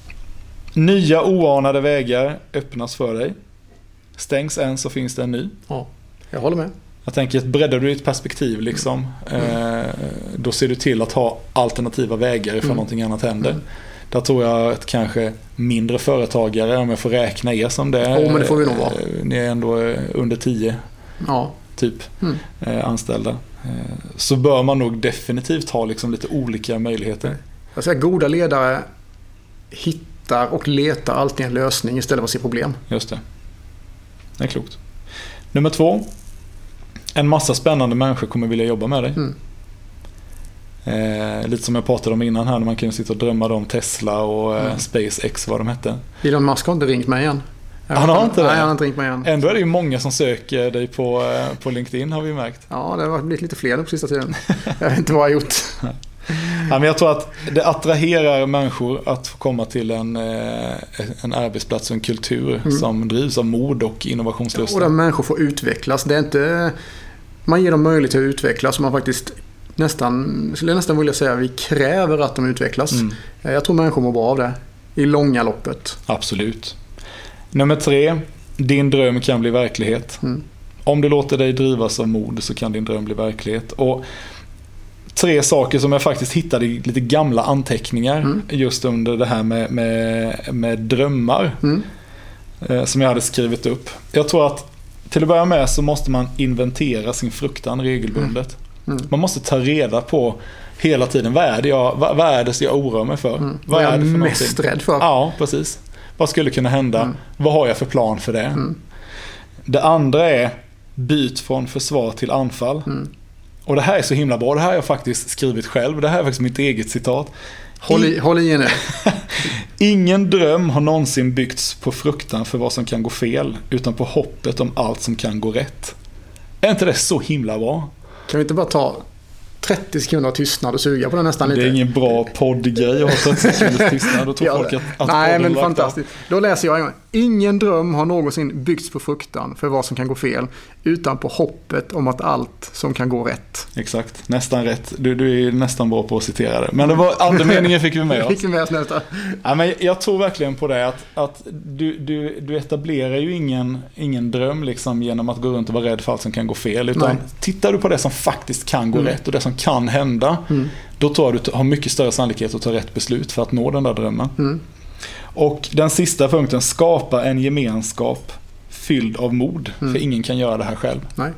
Nya oanade vägar öppnas för dig. Stängs en så finns det en ny. Ja, jag håller med. Jag tänker att breddar du ditt perspektiv liksom, mm. eh, då ser du till att ha alternativa vägar ifall mm. någonting annat händer. Mm. Där tror jag att kanske mindre företagare, om jag får räkna er som det är, oh, men det får vi nog vara. Ni är ändå under tio ja. typ mm. eh, anställda. Eh, så bör man nog definitivt ha liksom lite olika möjligheter. Jag säger, goda ledare hittar och letar alltid en lösning istället för att se problem. Just det. Det är klokt. Nummer två. En massa spännande människor kommer vilja jobba med dig. Mm. Eh, lite som jag pratade om innan här, när man kunde sitta och drömma om Tesla och eh, mm. SpaceX, vad de hette. Elon Musk har inte ringt mig igen. Han har inte det? Nej, han har inte ringt mig igen. Ändå är det ju många som söker dig på, eh, på LinkedIn, har vi märkt. Ja, det har blivit lite fler på sista tiden. Jag vet inte vad jag har gjort. Ja, men jag tror att det attraherar människor att få komma till en, en arbetsplats och en kultur mm. som drivs av mod och innovationslust. Och där människor får utvecklas. Det är inte, man ger dem möjlighet att utvecklas, så man faktiskt nästan, skulle jag nästan vilja säga, vi kräver att de utvecklas. Mm. Jag tror människor mår bra av det i långa loppet. Absolut. Nummer tre, din dröm kan bli verklighet. Mm. Om du låter dig drivas av mod så kan din dröm bli verklighet. Och tre saker som jag faktiskt hittade i lite gamla anteckningar mm. just under det här med, med, med drömmar mm. eh, som jag hade skrivit upp. Jag tror att till att börja med så måste man inventera sin fruktan regelbundet. Mm. Mm. Man måste ta reda på hela tiden, vad är det jag, vad, vad är det som jag oroar mig för? Mm. Vad, vad är jag är för mest någonting? Rädd för? Ja, precis. Vad skulle kunna hända? Mm. Vad har jag för plan för det? Mm. Det andra är byt från försvar till anfall. Mm. Och det här är så himla bra. Det här har jag faktiskt skrivit själv. Det här är faktiskt mitt eget citat. Håll i, håll i nu. Ingen dröm har någonsin byggts på fruktan för vad som kan gå fel, utan på hoppet om allt som kan gå rätt. Är inte det så himla bra? Kan vi inte bara ta trettio sekunder tystnad och suga på den nästan lite? Det är ingen bra poddgrej att ha trettio sekunder tystnad. Då tror ja, folk att, att nej, men fantastiskt. Då läser jag en gång. Ingen dröm har någonsin byggts på fruktan för vad som kan gå fel, utan på hoppet om att allt som kan gå rätt. Exakt, nästan rätt. Du, du är nästan bra på att citera det. Men det var andemeningen fick vi med oss. Fick vi med oss nästa. Ja, men jag tror verkligen på det att, att du, du, du etablerar ju ingen, ingen dröm liksom genom att gå runt och vara rädd för allt som kan gå fel, utan nej. Tittar du på det som faktiskt kan gå mm. rätt och det som kan hända, mm. då tror jag du har mycket större sannolikhet att ta rätt beslut för att nå den där drömmen. Mm. Och den sista punkten, skapa en gemenskap fylld av mod, mm. för ingen kan göra det här själv. Nej.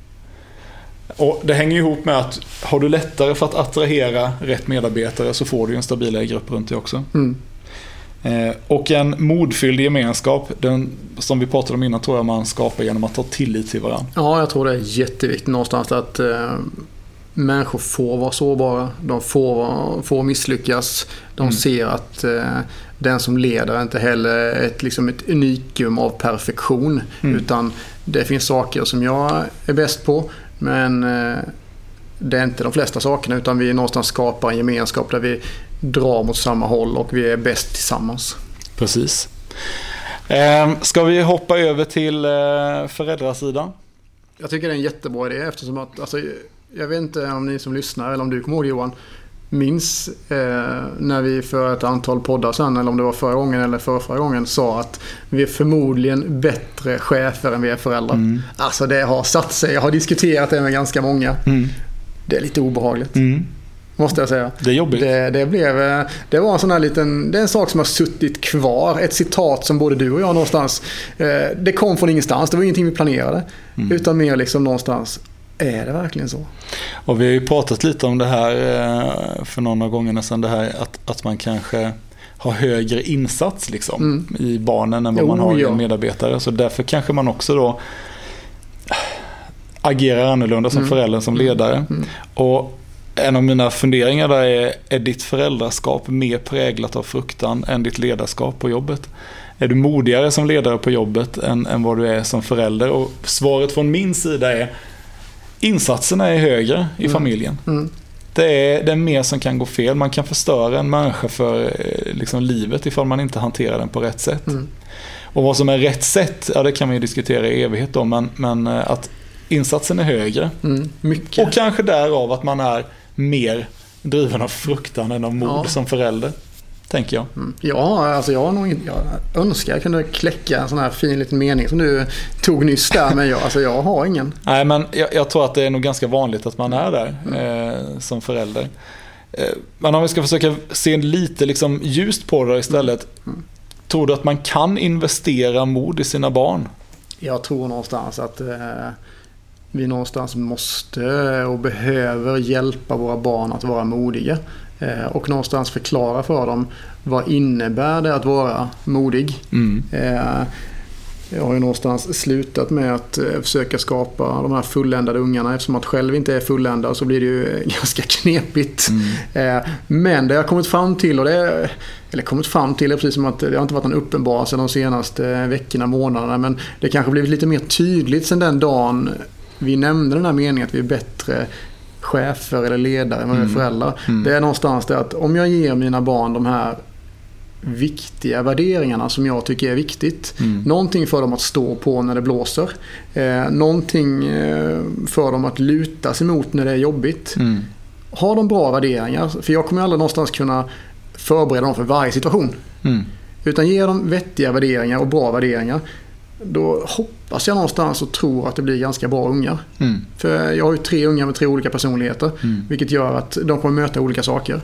Och det hänger ihop med att har du lättare för att attrahera rätt medarbetare så får du en stabilare grupp runt dig också. Mm. Eh, och en modfylld gemenskap, den som vi pratade om innan, tror jag man skapar genom att ta tillit till varandra. Ja, jag tror det är jätteviktigt någonstans att eh, människor får vara sårbara, de får, får misslyckas, de mm. ser att eh, den som leder inte heller ett, liksom ett unikum av perfektion, mm. utan det finns saker som jag är bäst på, men eh, det är inte de flesta sakerna, utan vi någonstans skapar en gemenskap där vi drar mot samma håll och vi är bäst tillsammans. Precis. Eh, ska vi hoppa över till eh, föräldrasidan? Jag tycker det är en jättebra idé, eftersom att alltså, jag vet inte om ni som lyssnar eller om du kommer ihåg, Johan, minns eh, när vi för ett antal poddar sedan, eller om det var förra gången eller förra, förra gången, sa att vi är förmodligen bättre chefer än vi är föräldrar. Mm. Alltså det har satt sig. Jag har diskuterat det med ganska många. Mm. Det är lite obehagligt. Mm. måste jag säga. Det är jobbigt. Det, det, blev, det var en sån här liten, det är en sak som har suttit kvar. Ett citat som både du och jag någonstans, det kom från ingenstans, det var ingenting vi planerade. Mm. Utan mer liksom någonstans, är det verkligen så? Och vi har ju pratat lite om det här för några gånger nästan, det här att, att man kanske har högre insats liksom, mm. i barnen än vad jo, man har i en medarbetare. Så därför kanske man också då agerar annorlunda som mm. förälder, som ledare. Mm. Och en av mina funderingar där är, är ditt föräldraskap mer präglat av fruktan än ditt ledarskap på jobbet? Är du modigare som ledare på jobbet än, än vad du är som förälder? Och svaret från min sida är insatserna är högre i mm. familjen. Mm. Det är, det är mer som kan gå fel. Man kan förstöra en människa för liksom, livet ifall man inte hanterar den på rätt sätt. Mm. Och vad som är rätt sätt, ja, det kan man ju diskutera i evighet då, men, men att insatsen är högre. Mm. Mycket. Och kanske därav att man är mer driven av fruktan än av mod ja. som förälder, tänker jag. Mm. Ja, alltså jag, har nog, jag önskar jag kunde kläcka en sån här fin liten mening som du tog nyss där, men jag, alltså jag har ingen. Nej, men jag, jag tror att det är nog ganska vanligt att man är där mm. eh, som förälder. Eh, men om vi ska försöka se lite liksom ljust på det istället, mm. tror du att man kan investera mod i sina barn? Jag tror någonstans att eh, vi någonstans måste och behöver hjälpa våra barn att vara modiga. Och någonstans förklara för dem vad innebär det att vara modig. Mm. Jag har ju någonstans slutat med att försöka skapa de här fulländade ungarna. Eftersom att själv inte är fulländad så blir det ju ganska knepigt. Mm. Men det jag har kommit fram till, och det är, eller kommit fram till är precis som att det har inte varit en uppenbarelse de senaste veckorna, månaderna, men det kanske blivit lite mer tydligt sedan den dagen vi nämnde den här meningen att vi är bättre chefer eller ledare än vad vi är föräldrar. Mm. Det är någonstans det att om jag ger mina barn de här viktiga värderingarna som jag tycker är viktigt. Mm. Någonting för dem att stå på när det blåser. Eh, någonting eh, för dem att luta sig mot när det är jobbigt. Mm. Har de bra värderingar? För jag kommer aldrig någonstans kunna förbereda dem för varje situation. Mm. Utan ger dem vettiga värderingar och bra värderingar, då hoppas jag någonstans och tror att det blir ganska bra ungar. Mm. För jag har ju tre ungar med tre olika personligheter. Mm. Vilket gör att de kommer möta olika saker.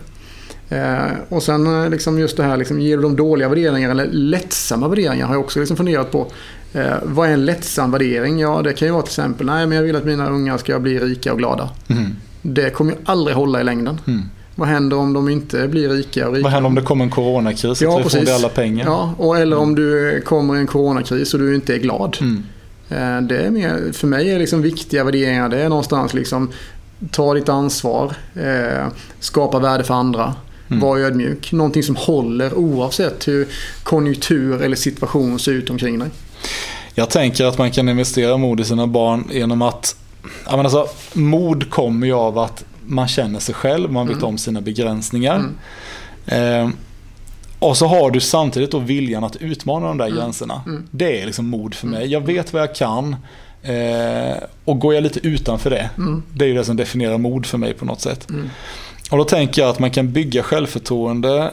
Eh, och sen liksom just det här, liksom, ger de dåliga värderingar eller lättsamma värderingar har jag också liksom funderat på. Eh, vad är en lättsam värdering? Ja, det kan ju vara till exempel, nej men jag vill att mina ungar ska bli rika och glada. Mm. Det kommer ju aldrig hålla i längden. Mm. Vad händer om de inte blir rika och rika? Vad händer om det kommer en coronakris och ja, får alla pengar? Ja, och eller om du kommer en coronakris och du inte är glad. Mm. Eh, det är mer, för mig är liksom viktiga värderingar, det är någonstans liksom ta ditt ansvar, eh, skapa värde för andra. Mm. Var ödmjuk. Någonting som håller oavsett hur konjunktur eller situation ser ut omkring dig. Jag tänker att man kan investera mod i sina barn genom att, jag menar så, mod kommer ju av att man känner sig själv, man vet mm. om sina begränsningar. Mm. Eh, och så har du samtidigt då viljan att utmana de där mm. gränserna. Mm. Det är liksom mod för mig. Jag vet vad jag kan. Eh, och går jag lite utanför det, mm. det är ju det som definierar mod för mig på något sätt. Mm. Och då tänker jag att man kan bygga självförtroende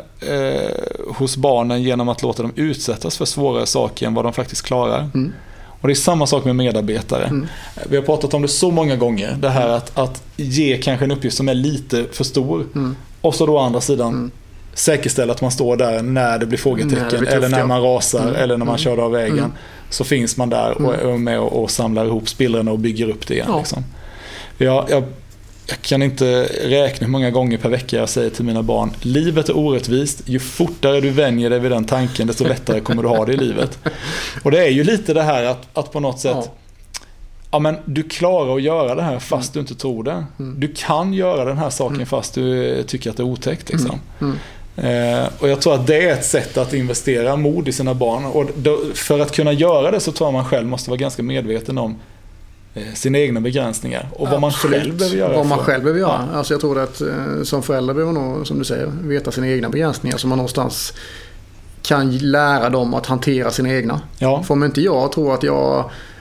eh, hos barnen genom att låta dem utsättas för svårare saker än vad de faktiskt klarar. Mm. Och det är samma sak med medarbetare. Mm. Vi har pratat om det så många gånger. Det här att, att ge kanske en uppgift som är lite för stor. Mm. Och så då å andra sidan mm. säkerställa att man står där när det blir frågetecken. Mm, det blir tufft, eller när man rasar mm. eller när man mm. kör av vägen. Mm. Så finns man där och är med och, och samlar ihop spillrorna och bygger upp det igen. Ja. Liksom. Jag, jag Jag kan inte räkna hur många gånger per vecka jag säger till mina barn: livet är orättvist, ju fortare du vänjer dig vid den tanken desto lättare kommer du ha det i livet. Och det är ju lite det här att, att på något sätt ja. Ja, men du klarar att göra det här fast mm. du inte tror det. Mm. Du kan göra den här saken mm. fast du tycker att det är otäckt liksom. Mm. Mm. Eh, och jag tror att det är ett sätt att investera mod i sina barn. Och då, för att kunna göra det så tror jag man själv måste vara ganska medveten om sina egna begränsningar och vad man Absolut. själv behöver göra. Vad man själv behöver göra. Ja. Alltså jag tror att som förälder behöver man, som du säger, veta sina egna begränsningar så man någonstans kan lära dem att hantera sina egna. Ja. För om inte jag tror att jag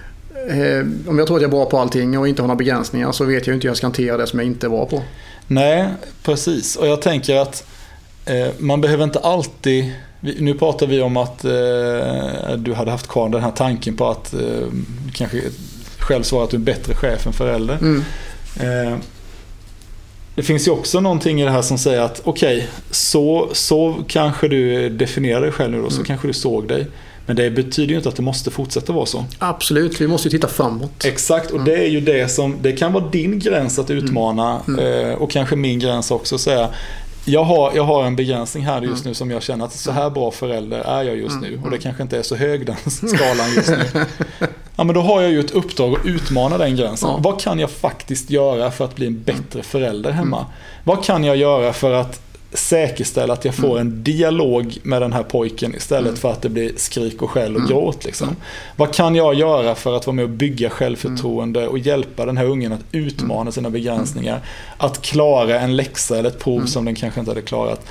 eh, om jag tror att jag är bra på allting och inte har några begränsningar så vet jag inte hur jag ska hantera det som jag inte är bra på. Nej, precis. Och jag tänker att eh, man behöver inte alltid, nu pratar vi om att eh, du hade haft kvar den här tanken på att eh, kanske själv svarar att du är en bättre chef än förälder. Mm. Eh, det finns ju också någonting i det här som säger att okej, okay, så, så kanske du definierar dig själv nu då, så mm. kanske du såg dig. Men det betyder ju inte att det måste fortsätta vara så. Absolut, vi måste ju titta framåt. Exakt, och mm. det är ju det som, det kan vara din gräns att utmana mm. eh, och kanske min gräns också att säga, jag har, jag har en begränsning här just mm. nu som jag känner att så här bra förälder är jag just mm. nu. Och det kanske inte är så hög den skalan just nu. Ja, men då har jag ju ett uppdrag att utmana den gränsen. Ja. Vad kan jag faktiskt göra för att bli en bättre förälder hemma? Mm. Vad kan jag göra för att säkerställa att jag får en dialog med den här pojken istället mm. för att det blir skrik och skäll och mm. gråt liksom. Mm. Vad kan jag göra för att vara med och bygga självförtroende mm. och hjälpa den här ungen att utmana sina begränsningar, att klara en läxa eller ett prov mm. som den kanske inte hade klarat.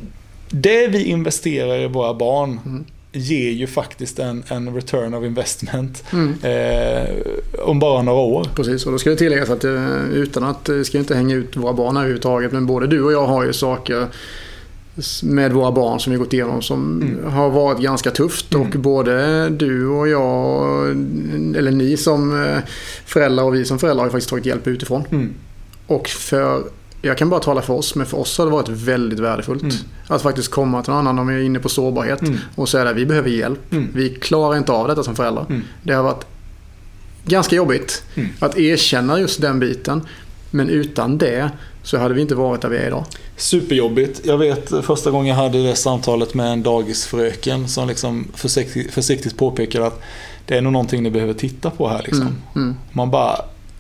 Det vi investerar i våra barn mm. ger ju faktiskt en, en return of investment mm. eh, om bara några år. Precis, och då ska det tilläggas att utan att det ska inte hänga ut våra barn överhuvudtaget, men både du och jag har ju saker med våra barn som vi gått igenom som mm. har varit ganska tufft mm. och både du och jag, eller ni som föräldrar och vi som föräldrar har ju faktiskt tagit hjälp utifrån. Mm. Och för jag kan bara tala för oss, men för oss har det varit väldigt värdefullt mm. att faktiskt komma till någon annan om vi är inne på sårbarhet mm. och säga att vi behöver hjälp. Mm. Vi klarar inte av detta som föräldrar. Mm. Det har varit ganska jobbigt mm. att erkänna just den biten, men utan det så hade vi inte varit där vi är idag. Superjobbigt. Jag vet första gången jag hade det samtalet med en dagisfröken som liksom försiktigt, försiktigt påpekade att det är nog någonting ni behöver titta på här liksom. Mm. Mm. Man bara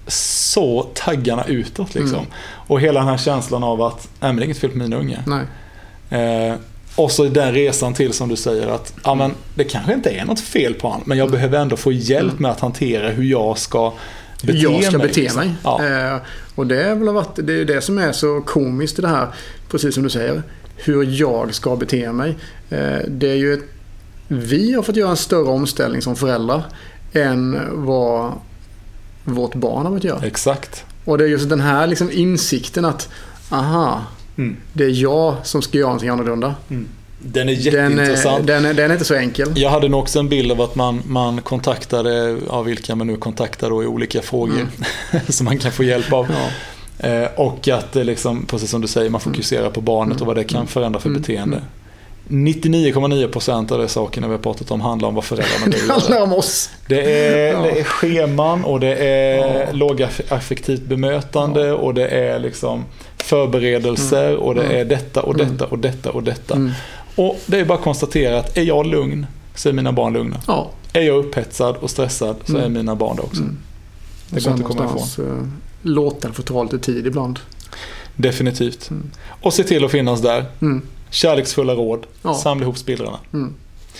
så taggarna utåt liksom. Mm. Och hela den här känslan av att nej, men det är inget fel på mina unga. Nej. Eh, och så den resan till som du säger att ja, men det kanske inte är något fel på han, men jag mm. behöver ändå få hjälp med att hantera hur jag ska bete mig. Jag ska mig, bete liksom. mig. Ja. Eh, och det är väl varit, det är det som är så komiskt i det här, precis som du säger, hur jag ska bete mig. Eh, det är ju ett, vi har fått göra en större omställning som föräldrar än vad vårt barn har fått göra. Exakt. Och det är just den här liksom insikten att aha, mm. det är jag som ska göra någonting annorlunda. Mm. Den är jätteintressant. Den är, den, är, den är inte så enkel. Jag hade nog också en bild av att man, man kontaktade, av vilka man nu kontaktar då i olika frågor mm. som man kan få hjälp av. Ja. Eh, och att det liksom, precis som du säger, man fokuserar mm. på barnet mm. och vad det kan förändra för mm. beteende. Mm. nittionio komma nio procent av de sakerna vi har pratat om handlar om vad föräldrarna vill. Det handlar om oss. Det är, ja. det är scheman och det är ja. lågaffektivt bemötande ja. och det är liksom förberedelser mm. och det är detta och detta och detta och detta. Mm. Och det är bara att konstatera att är jag lugn så är mina barn lugna. Ja. Är jag upphetsad och stressad så är mm. mina barn det också. Mm. Det går inte att komma ifrån. Låt den få ta lite tid ibland. Definitivt. Mm. Och se till att finnas där. Mm. Kärleksfulla råd. Ja. Samla ihop spillrarna. Mm.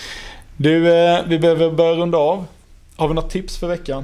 Du, eh, vi behöver börja runda av. Har vi något tips för veckan?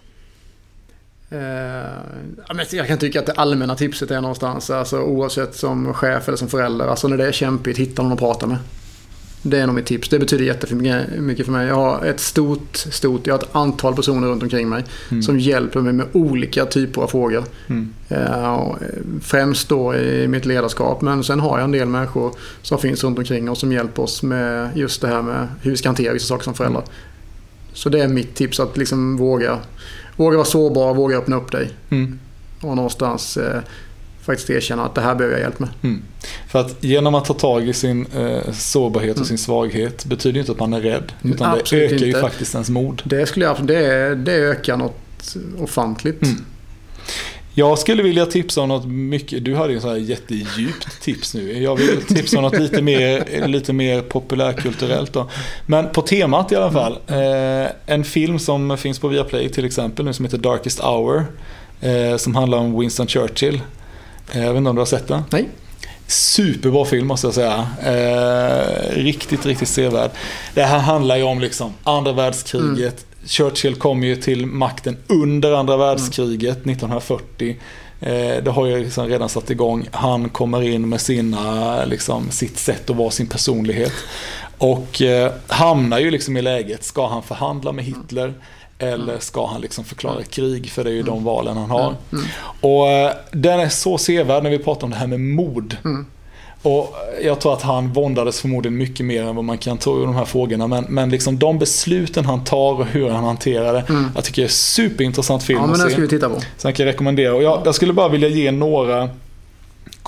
Eh, jag kan tycka att det allmänna tipset är någonstans, alltså, oavsett som chef eller som förälder, alltså när det är kämpigt, hitta någon att prata med. Det är nog mitt tips. Det betyder jättemycket för mig. Jag har ett stort, stort jag har ett antal personer runt omkring mig mm. som hjälper mig med olika typer av frågor. Mm. Uh, främst då i mitt ledarskap, men sen har jag en del människor som finns runt omkring och som hjälper oss med just det här med hur vi ska hantera vissa saker som föräldrar. Mm. Så det är mitt tips, att liksom våga, våga vara sårbar, våga öppna upp dig. Mm. Och någonstans uh, faktiskt erkänna att det här behöver jag hjälp med. Mm. För att genom att ta tag i sin eh, sårbarhet och mm. sin svaghet betyder ju inte att man är rädd, utan absolut det ökar inte. Ju faktiskt ens mod. Det skulle jag, det, det ökar något ofantligt. Mm. Jag skulle vilja tipsa om något mycket. Du hade ju en sån här jättedjupt tips nu. Jag vill tipsa om något lite mer, lite mer populärkulturellt då. Men på temat i alla fall. Eh, en film som finns på Viaplay till exempel nu som heter Darkest Hour. Eh, som handlar om Winston Churchill. Jag vet inte om du har sett den? Nej. Superbra film måste jag säga. Eh, riktigt, riktigt sevärd. Det här handlar ju om liksom andra världskriget. Mm. Churchill kom ju till makten under andra världskriget mm. nittonhundrafyrtio. Eh, det har ju liksom redan satt igång. Han kommer in med sina, liksom, sitt sätt att vara, sin personlighet. Och eh, hamnar ju liksom i läget. Ska han förhandla med Hitler? Eller ska han liksom förklara krig? För det är ju de valen han har. Mm. Och uh, den är så sevärd när vi pratar om det här med mod. Mm. Och jag tror att han våndades förmodligen mycket mer än vad man kan tro i de här frågorna. Men, men liksom de besluten han tar och hur han hanterar det. Mm. Jag tycker det är superintressant film. Ja, men den ska vi titta på. Så jag kan rekommendera. Och jag, jag skulle bara vilja ge några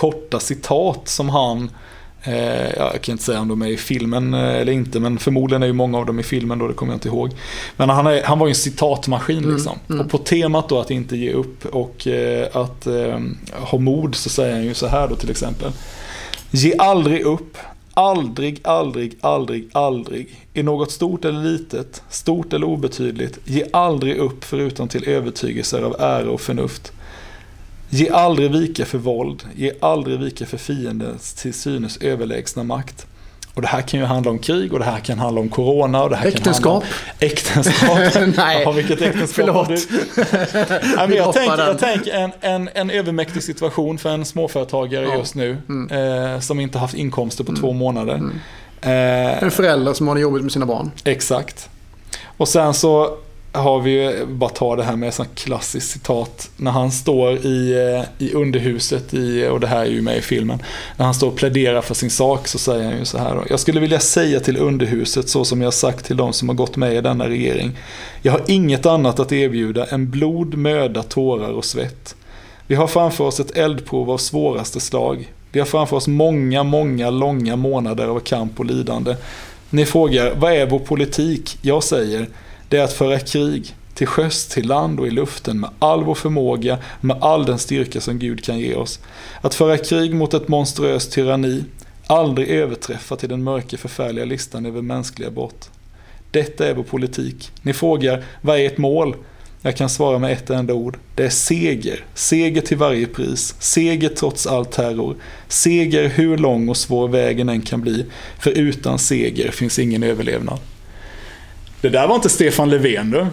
korta citat som han, eh, jag kan inte säga om de är i filmen eller inte, men förmodligen är ju många av dem i filmen då, det kommer jag inte ihåg. Men han, är, han var ju en citatmaskin liksom. Mm, mm. Och på temat då att inte ge upp och eh, att eh, ha mod, så säger han ju så här då till exempel: ge aldrig upp. Aldrig, aldrig, aldrig, aldrig. I något stort eller litet, stort eller obetydligt, ge aldrig upp förutom till övertygelser av ära och förnuft. Ge aldrig vika för våld, ge aldrig vika för fiendens till synes överlägsna makt. Och det här kan ju handla om krig, och det här kan handla om corona, och det här äktenskap. Kan äktenskap. Nej. Ja, vilket äktenskap har du? Nej, men jag tänker, jag tänker en, en, en övermäktig situation för en småföretagare ja. just nu mm. eh, som inte haft inkomster på mm. två månader. Mm. Eh, en förälder som har det jobbigt med sina barn. Exakt. Och sen så har vi ju, bara ta det här med ett klassiskt citat, när han står i, i underhuset i, och det här är ju med i filmen, när han står och pläderar för sin sak, så säger han ju så här: jag skulle vilja säga till underhuset, så som jag sagt till de som har gått med i denna regering: jag har inget annat att erbjuda än blod, möda, tårar och svett. Vi har framför oss ett eldprov av svåraste slag. Vi har framför oss många, många långa månader av kamp och lidande. Ni frågar, vad är vår politik? Jag säger, det är att föra krig till sjöss, till land och i luften med all vår förmåga, med all den styrka som Gud kan ge oss. Att föra krig mot ett monstruöst tyranni, aldrig överträffa till den mörka förfärliga listan över mänskliga brott. Detta är vår politik. Ni frågar, vad är ert mål? Jag kan svara med ett enda ord. Det är seger. Seger till varje pris. Seger trots all terror. Seger hur lång och svår vägen än kan bli. För utan seger finns ingen överlevnad. Det där var inte Stefan Löfven du.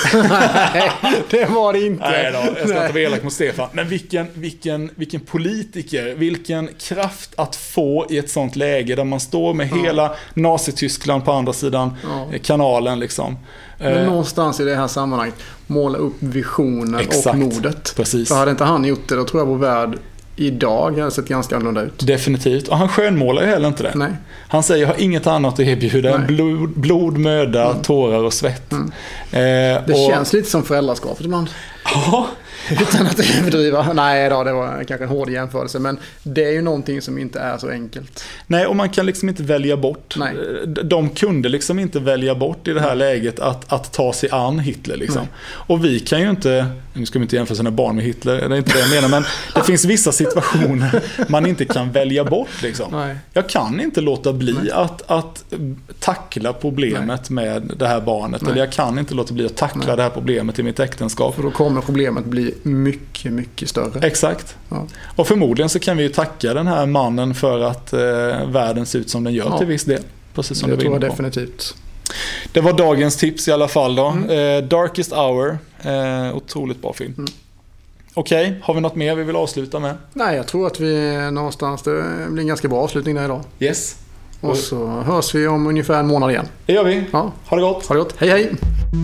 Nej, det var det inte. Nej då, jag ska Nej. inte vara elak mot Stefan. Men vilken, vilken, vilken politiker, vilken kraft att få i ett sånt läge där man står med ja. hela Nazityskland på andra sidan ja. kanalen liksom. Men någonstans i det här sammanhanget måla upp visionen Exakt. och modet. Precis. För hade inte han gjort det, då tror jag vår värld idag har sett ganska annorlunda ut. Definitivt. Och han skönmålar ju heller inte det. Nej. Han säger, jag har inget annat att erbjuda än blod, blod, möda, mm. tårar och svett. Mm. Eh, det och... känns lite som föräldraskapet ibland. Ja. Utan att överdriva. Nej då, det var kanske en hård jämförelse. Men det är ju någonting som inte är så enkelt. Nej, och man kan liksom inte välja bort. Nej. De kunde liksom inte välja bort i det här läget att, att ta sig an Hitler liksom. Och vi kan ju inte, nu ska vi inte jämföra sina barn med Hitler, det är inte det jag menar, men det finns vissa situationer man inte kan välja bort liksom. Nej. Jag kan inte låta bli att, att tackla problemet Nej. med det här barnet. Nej. Eller jag kan inte låta bli att tackla Nej. det här problemet i mitt äktenskap. För då kommer problemet bli mycket, mycket större. Exakt. Ja. Och förmodligen så kan vi ju tacka den här mannen för att eh, världen ser ut som den gör ja. till viss del. Precis som det du tror jag på. definitivt. Det var dagens tips i alla fall då. Mm. Eh, Darkest Hour. Eh, otroligt bra film. Mm. Okej, okay. Har vi något mer vi vill avsluta med? Nej, jag tror att vi någonstans, det blir en ganska bra avslutning där idag. Yes. Och så hörs vi om ungefär en månad igen. Det gör vi. Ja. Ha det gott. Ha det gott. Hej hej.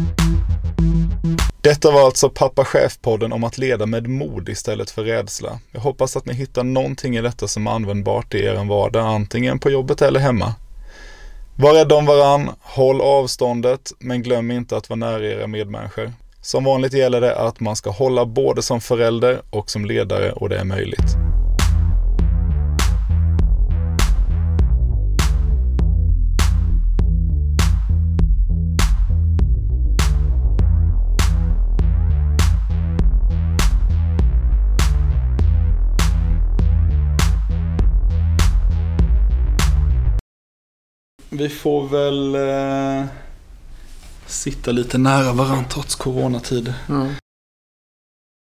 Detta var alltså Pappa Chef-podden om att leda med mod istället för rädsla. Jag hoppas att ni hittar någonting i detta som är användbart i er vardag, antingen på jobbet eller hemma. Var rädda om varann, håll avståndet, men glöm inte att vara nära era medmänniskor. Som vanligt gäller det att man ska hålla både som förälder och som ledare, och det är möjligt. Vi får väl eh, sitta lite nära varandra trots coronatid. Mm.